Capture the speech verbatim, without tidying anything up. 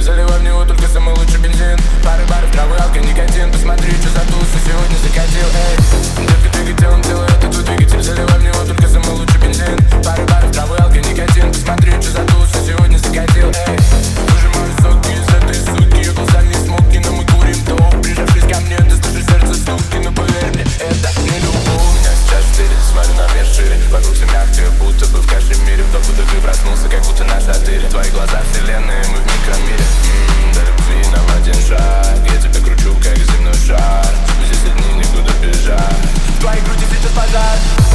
заливай в него только самый лучший бензин. Пары баров, травы, алко, никотин. Посмотри, что за тусы сегодня закатил. Эй, детка, двигай телом, делай это твой двигатель. Заливай в него только самый лучший бензин. Пары баров, травы, алко, никотин. Посмотри, что за тусы сегодня закатил. Эй, выжимаю соки из этой сутки. Ее глаза не смоки, но мы курим топ. Прижавшись ко мне, ты слышишь сердце стуки. Но поверь мне, это не любовь. У меня сейчас четыре, смотрю на мир шире. Вокруг все мягче, будто бы в кашемире. Вдох выдох и проснулся, как будто на шатыре. Твои глаза вселенные, мы в микромире. Ммм, до любви нам один шаг. Я тебя кручу, как земной шар. Мы здесь одни, никуда бежать. В твоей груди сейчас пожар.